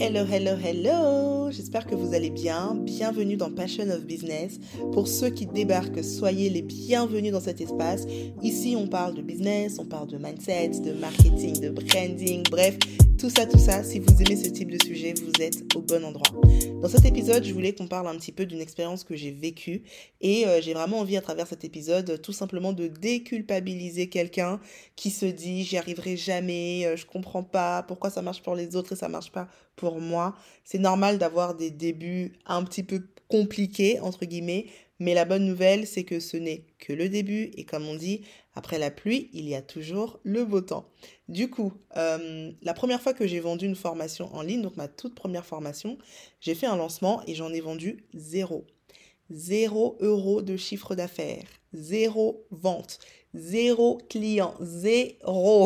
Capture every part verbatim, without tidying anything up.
Hello, hello, hello! J'espère que vous allez bien. Bienvenue dans Passion of Business. Pour ceux qui débarquent, soyez les bienvenus dans cet espace. Ici, on parle de business, on parle de mindset, de marketing, de branding, bref, tout ça, tout ça. Si vous aimez ce type de sujet, vous êtes au bon endroit. Dans cet épisode, je voulais qu'on parle un petit peu d'une expérience que j'ai vécue et euh, j'ai vraiment envie à travers cet épisode tout simplement de déculpabiliser quelqu'un qui se dit j'y arriverai jamais, euh, je comprends pas pourquoi ça marche pour les autres et ça marche pas pour moi. C'est normal d'avoir des débuts un petit peu compliqués entre guillemets, mais la bonne nouvelle c'est que ce n'est que le début et comme on dit, après la pluie, il y a toujours le beau temps. Du coup, euh, la première fois que j'ai vendu une formation en ligne, donc ma toute première formation, j'ai fait un lancement et j'en ai vendu zéro. Zéro euro de chiffre d'affaires, zéro vente, zéro client, zéro.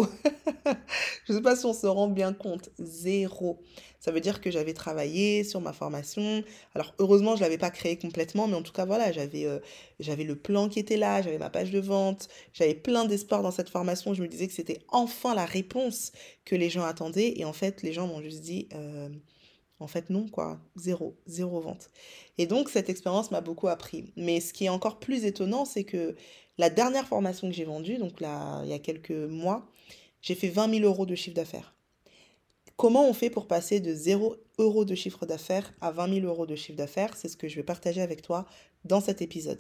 Je ne sais pas si on se rend bien compte, zéro. Ça veut dire que j'avais travaillé sur ma formation. Alors heureusement, je ne l'avais pas créée complètement, mais en tout cas, voilà, j'avais euh, j'avais le plan qui était là, j'avais ma page de vente, j'avais plein d'espoir dans cette formation. Je me disais que c'était enfin la réponse que les gens attendaient. Et en fait, les gens m'ont juste dit... euh, en fait, non, quoi. Zéro. Zéro vente. Et donc, cette expérience m'a beaucoup appris. Mais ce qui est encore plus étonnant, c'est que la dernière formation que j'ai vendue, donc là, il y a quelques mois, j'ai fait vingt mille euros de chiffre d'affaires. Comment on fait pour passer de zéro euros de chiffre d'affaires à vingt mille euros de chiffre d'affaires? C'est ce que je vais partager avec toi dans cet épisode.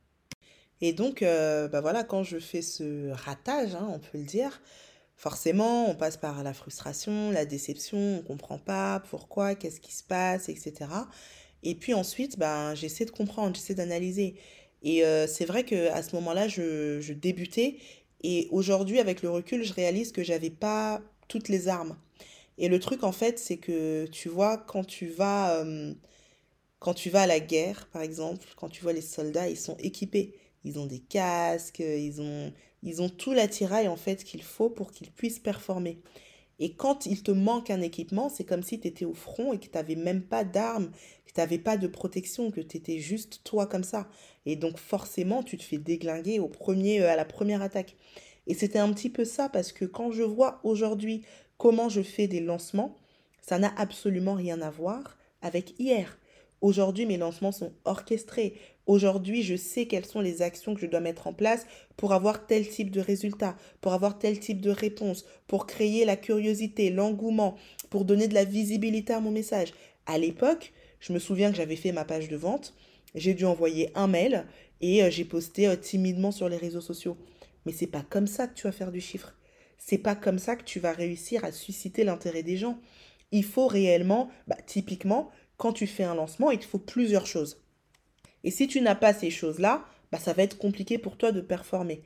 Et donc, euh, bah voilà, quand je fais ce ratage, hein, on peut le dire, forcément, on passe par la frustration, la déception, on ne comprend pas pourquoi, qu'est-ce qui se passe, et cetera. Et puis ensuite, ben, j'essaie de comprendre, j'essaie d'analyser. Et euh, c'est vrai qu'à ce moment-là, je, je débutais. Et aujourd'hui, avec le recul, je réalise que j'avais pas toutes les armes. Et le truc, en fait, c'est que tu vois, quand tu vas, euh, quand tu vas à la guerre, par exemple, quand tu vois les soldats, ils sont équipés. Ils ont des casques, ils ont, ils ont tout l'attirail, en fait, qu'il faut pour qu'ils puissent performer. Et quand il te manque un équipement, c'est comme si tu étais au front et que tu n'avais même pas d'armes, que tu n'avais pas de protection, que tu étais juste toi comme ça. Et donc forcément, tu te fais déglinguer au premier, euh, à la première attaque. Et c'était un petit peu ça parce que quand je vois aujourd'hui comment je fais des lancements, ça n'a absolument rien à voir avec hier. Aujourd'hui, mes lancements sont orchestrés. Aujourd'hui, je sais quelles sont les actions que je dois mettre en place pour avoir tel type de résultat, pour avoir tel type de réponse, pour créer la curiosité, l'engouement, pour donner de la visibilité à mon message. À l'époque, je me souviens que j'avais fait ma page de vente, j'ai dû envoyer un mail et euh, j'ai posté euh, timidement sur les réseaux sociaux. Mais c'est pas comme ça que tu vas faire du chiffre. C'est pas comme ça que tu vas réussir à susciter l'intérêt des gens. Il faut réellement, bah, typiquement, quand tu fais un lancement, il te faut plusieurs choses. Et si tu n'as pas ces choses-là, bah, ça va être compliqué pour toi de performer.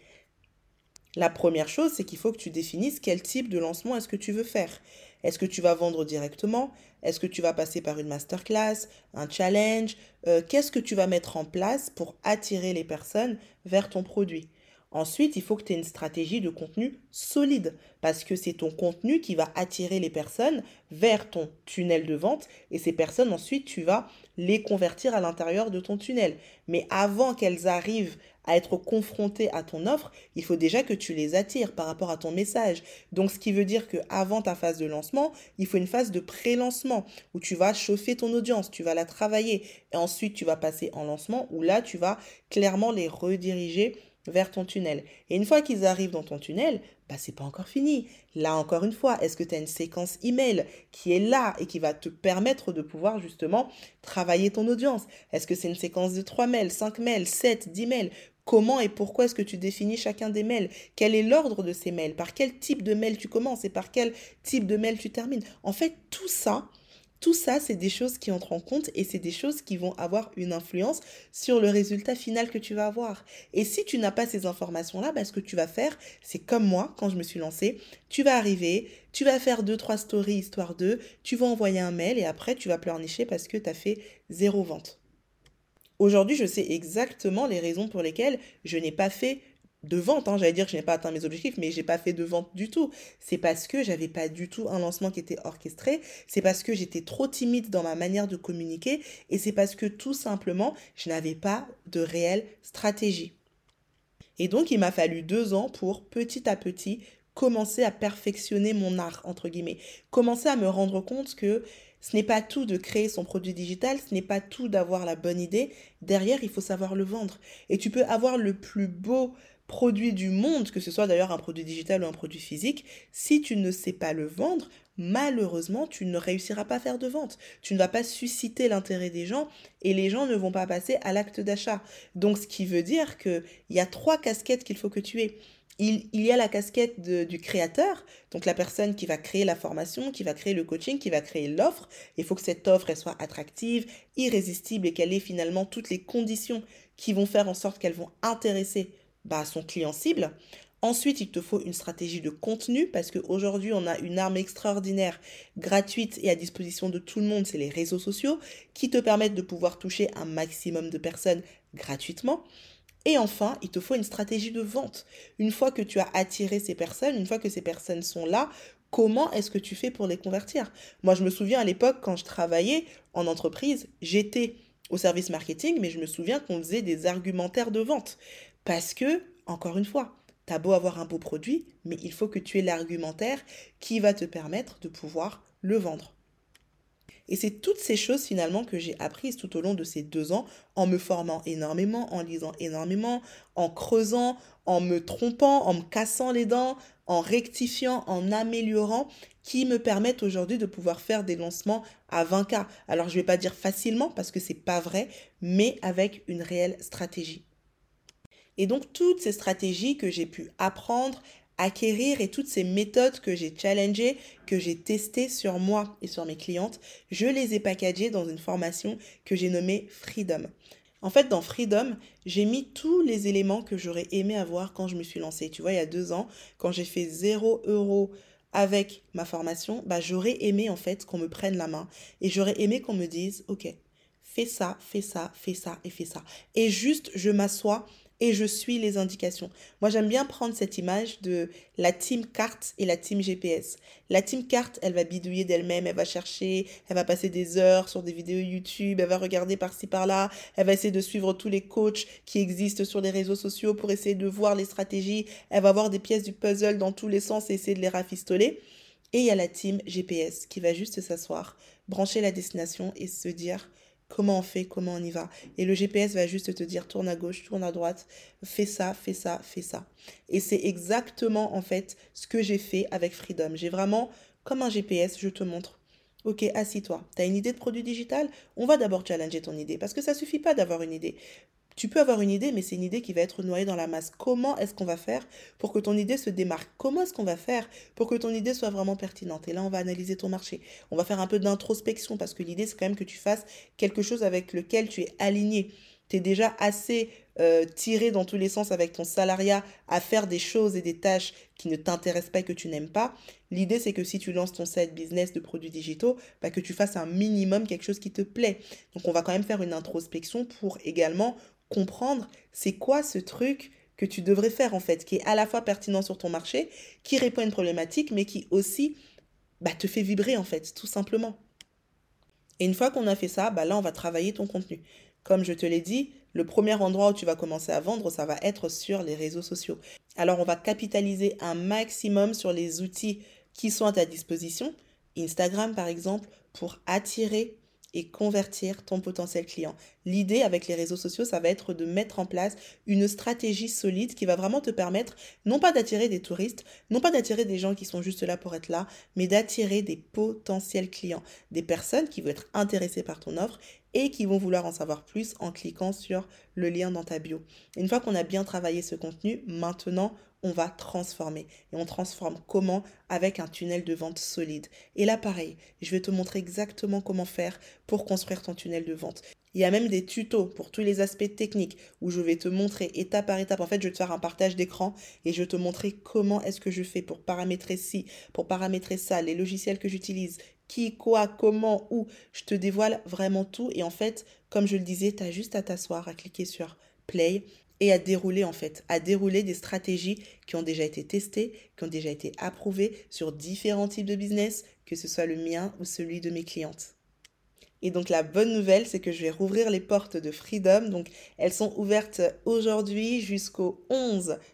La première chose, c'est qu'il faut que tu définisses quel type de lancement est-ce que tu veux faire. Est-ce que tu vas vendre directement? Est-ce que tu vas passer par une masterclass, un challenge? Euh, qu'est-ce que tu vas mettre en place pour attirer les personnes vers ton produit? Ensuite, il faut que tu aies une stratégie de contenu solide parce que c'est ton contenu qui va attirer les personnes vers ton tunnel de vente et ces personnes, ensuite, tu vas les convertir à l'intérieur de ton tunnel. Mais avant qu'elles arrivent à être confrontées à ton offre, il faut déjà que tu les attires par rapport à ton message. Donc, ce qui veut dire qu'avant ta phase de lancement, il faut une phase de pré-lancement où tu vas chauffer ton audience, tu vas la travailler et ensuite tu vas passer en lancement où là, tu vas clairement les rediriger vers ton tunnel. Et une fois qu'ils arrivent dans ton tunnel, bah c'est pas encore fini. Là encore une fois, est-ce que tu as une séquence email qui est là et qui va te permettre de pouvoir justement travailler ton audience? Est-ce que c'est une séquence de trois mails, cinq mails, sept, dix mails? Comment et pourquoi est-ce que tu définis chacun des mails? Quel est l'ordre de ces mails? Par quel type de mail tu commences et par quel type de mail tu termines? En fait, tout ça, tout ça, c'est des choses qui entrent en compte et c'est des choses qui vont avoir une influence sur le résultat final que tu vas avoir. Et si tu n'as pas ces informations-là, bah, ce que tu vas faire, c'est comme moi, quand je me suis lancée, tu vas arriver, tu vas faire deux, trois stories histoire de, tu vas envoyer un mail et après tu vas pleurnicher parce que tu as fait zéro vente. Aujourd'hui, je sais exactement les raisons pour lesquelles je n'ai pas fait de vente, hein. J'allais dire que je n'ai pas atteint mes objectifs, mais j'ai pas fait de vente du tout. C'est parce que j'avais pas du tout un lancement qui était orchestré, c'est parce que j'étais trop timide dans ma manière de communiquer, et c'est parce que tout simplement, je n'avais pas de réelle stratégie. Et donc, il m'a fallu deux ans pour petit à petit commencer à perfectionner mon art, entre guillemets. Commencer à me rendre compte que ce n'est pas tout de créer son produit digital, ce n'est pas tout d'avoir la bonne idée. Derrière, il faut savoir le vendre. Et tu peux avoir le plus beau produit du monde, que ce soit d'ailleurs un produit digital ou un produit physique, si tu ne sais pas le vendre, malheureusement, tu ne réussiras pas à faire de vente. Tu ne vas pas susciter l'intérêt des gens et les gens ne vont pas passer à l'acte d'achat. Donc, ce qui veut dire qu'il y a trois casquettes qu'il faut que tu aies. Il, il y a la casquette de- du créateur, donc la personne qui va créer la formation, qui va créer le coaching, qui va créer l'offre. Il faut que cette offre elle soit attractive, irrésistible et qu'elle ait finalement toutes les conditions qui vont faire en sorte qu'elles vont intéresser bah, son client cible. Ensuite, il te faut une stratégie de contenu parce qu'aujourd'hui, on a une arme extraordinaire, gratuite et à disposition de tout le monde, c'est les réseaux sociaux qui te permettent de pouvoir toucher un maximum de personnes gratuitement. Et enfin, il te faut une stratégie de vente. Une fois que tu as attiré ces personnes, une fois que ces personnes sont là, comment est-ce que tu fais pour les convertir? Moi, je me souviens à l'époque, quand je travaillais en entreprise, j'étais au service marketing, mais je me souviens qu'on faisait des argumentaires de vente. Parce que, encore une fois, tu as beau avoir un beau produit, mais il faut que tu aies l'argumentaire qui va te permettre de pouvoir le vendre. Et c'est toutes ces choses finalement que j'ai apprises tout au long de ces deux ans en me formant énormément, en lisant énormément, en creusant, en me trompant, en me cassant les dents, en rectifiant, en améliorant, qui me permettent aujourd'hui de pouvoir faire des lancements à vingt K. Alors je ne vais pas dire facilement parce que c'est pas vrai, mais avec une réelle stratégie. Et donc, toutes ces stratégies que j'ai pu apprendre, acquérir et toutes ces méthodes que j'ai challengées, que j'ai testées sur moi et sur mes clientes, je les ai packagées dans une formation que j'ai nommée Freedom. En fait, dans Freedom, j'ai mis tous les éléments que j'aurais aimé avoir quand je me suis lancée. Tu vois, il y a deux ans, quand j'ai fait zéro euro avec ma formation, bah, j'aurais aimé en fait qu'on me prenne la main et j'aurais aimé qu'on me dise, ok, fais ça, fais ça, fais ça et fais ça. Et juste, je m'assois et je suis les indications. Moi, j'aime bien prendre cette image de la team carte et la team G P S. La team carte, elle va bidouiller d'elle-même, elle va chercher, elle va passer des heures sur des vidéos YouTube, elle va regarder par-ci par-là, elle va essayer de suivre tous les coachs qui existent sur les réseaux sociaux pour essayer de voir les stratégies, elle va voir des pièces du puzzle dans tous les sens et essayer de les rafistoler. Et il y a la team G P S qui va juste s'asseoir, brancher la destination et se dire comment on fait, comment on y va. Et le G P S va juste te dire tourne à gauche, tourne à droite, fais ça, fais ça, fais ça. Et c'est exactement en fait ce que j'ai fait avec Freedom. J'ai vraiment, comme un G P S, je te montre. Ok, assis-toi. T'as une idée de produit digital? On va d'abord challenger ton idée parce que ça suffit pas d'avoir une idée. Tu peux avoir une idée, mais c'est une idée qui va être noyée dans la masse. Comment est-ce qu'on va faire pour que ton idée se démarque? Comment est-ce qu'on va faire pour que ton idée soit vraiment pertinente? Et là, on va analyser ton marché. On va faire un peu d'introspection parce que l'idée, c'est quand même que tu fasses quelque chose avec lequel tu es aligné. Tu es déjà assez euh, tiré dans tous les sens avec ton salariat à faire des choses et des tâches qui ne t'intéressent pas et que tu n'aimes pas. L'idée, c'est que si tu lances ton site business de produits digitaux, bah, que tu fasses un minimum quelque chose qui te plaît. Donc, on va quand même faire une introspection pour également comprendre c'est quoi ce truc que tu devrais faire en fait, qui est à la fois pertinent sur ton marché, qui répond à une problématique, mais qui aussi bah, te fait vibrer en fait, tout simplement. Et une fois qu'on a fait ça, bah là on va travailler ton contenu. Comme je te l'ai dit, le premier endroit où tu vas commencer à vendre, ça va être sur les réseaux sociaux. Alors on va capitaliser un maximum sur les outils qui sont à ta disposition, Instagram par exemple, pour attirer et convertir ton potentiel client. L'idée avec les réseaux sociaux, ça va être de mettre en place une stratégie solide qui va vraiment te permettre non pas d'attirer des touristes, non pas d'attirer des gens qui sont juste là pour être là, mais d'attirer des potentiels clients, des personnes qui vont être intéressées par ton offre et qui vont vouloir en savoir plus en cliquant sur le lien dans ta bio. Une fois qu'on a bien travaillé ce contenu, maintenant, on va transformer. Et on transforme comment? Avec un tunnel de vente solide. Et là, pareil, je vais te montrer exactement comment faire pour construire ton tunnel de vente. Il y a même des tutos pour tous les aspects techniques où je vais te montrer étape par étape. En fait, je vais te faire un partage d'écran et je vais te montrer comment est-ce que je fais pour paramétrer ci, pour paramétrer ça, les logiciels que j'utilise, qui, quoi, comment, où. Je te dévoile vraiment tout. Et en fait, comme je le disais, tu as juste à t'asseoir, à cliquer sur play et à dérouler en fait, à dérouler des stratégies qui ont déjà été testées, qui ont déjà été approuvées sur différents types de business, que ce soit le mien ou celui de mes clientes. Et donc la bonne nouvelle, c'est que je vais rouvrir les portes de Freedom. Donc elles sont ouvertes aujourd'hui jusqu'au onze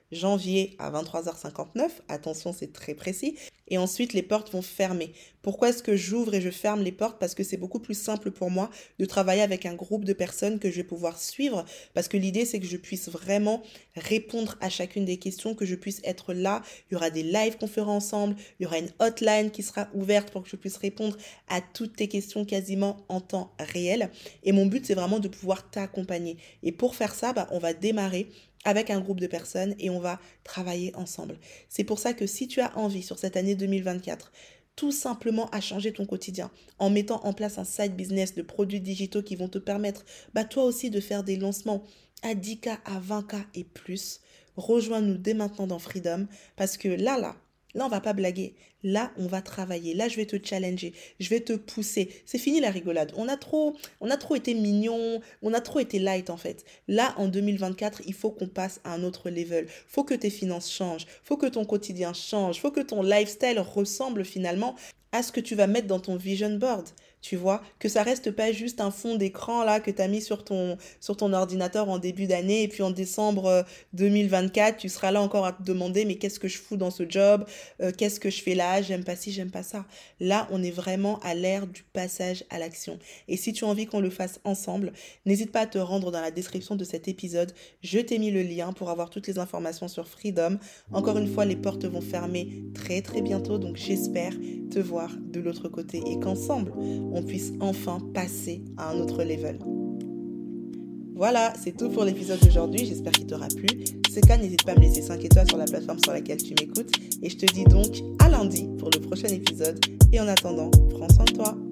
janvier à vingt-trois heures cinquante-neuf. Attention, c'est très précis. Et ensuite, les portes vont fermer. Pourquoi est-ce que j'ouvre et je ferme les portes? Parce que c'est beaucoup plus simple pour moi de travailler avec un groupe de personnes que je vais pouvoir suivre. Parce que l'idée, c'est que je puisse vraiment répondre à chacune des questions, que je puisse être là. Il y aura des lives qu'on fera ensemble. Il y aura une hotline qui sera ouverte pour que je puisse répondre à toutes tes questions quasiment en temps réel. Et mon but, c'est vraiment de pouvoir t'accompagner. Et pour faire ça, bah, on va démarrer avec un groupe de personnes et on va travailler ensemble. C'est pour ça que si tu as envie sur cette année deux mille vingt-quatre, tout simplement à changer ton quotidien en mettant en place un side business de produits digitaux qui vont te permettre bah, toi aussi de faire des lancements à dix K, à vingt K et plus, rejoins-nous dès maintenant dans Freedom parce que là, là, Là, on va pas blaguer. Là, on va travailler. Là, je vais te challenger. Je vais te pousser. C'est fini la rigolade. On a trop, on a trop été mignon. On a trop été light, en fait. Là, en deux mille vingt-quatre, il faut qu'on passe à un autre level. Faut que tes finances changent. Faut que ton quotidien change. Faut que ton lifestyle ressemble finalement à ce que tu vas mettre dans ton vision board. Tu vois, que ça reste pas juste un fond d'écran là que tu as mis sur ton, sur ton ordinateur en début d'année et puis en décembre deux mille vingt-quatre, tu seras là encore à te demander mais qu'est-ce que je fous dans ce job, euh, qu'est-ce que je fais là, j'aime pas ci, j'aime pas ça. Là, on est vraiment à l'ère du passage à l'action. Et si tu as envie qu'on le fasse ensemble, n'hésite pas à te rendre dans la description de cet épisode. Je t'ai mis le lien pour avoir toutes les informations sur Freedom. Encore une fois, les portes vont fermer très très bientôt, donc j'espère te voir de l'autre côté et qu'ensemble, on puisse enfin passer à un autre level. Voilà, c'est tout pour l'épisode d'aujourd'hui, j'espère qu'il t'aura plu. Si c'est le cas, n'hésite pas à me laisser cinq étoiles sur la plateforme sur laquelle tu m'écoutes. Et je te dis donc à lundi pour le prochain épisode. Et en attendant, prends soin de toi.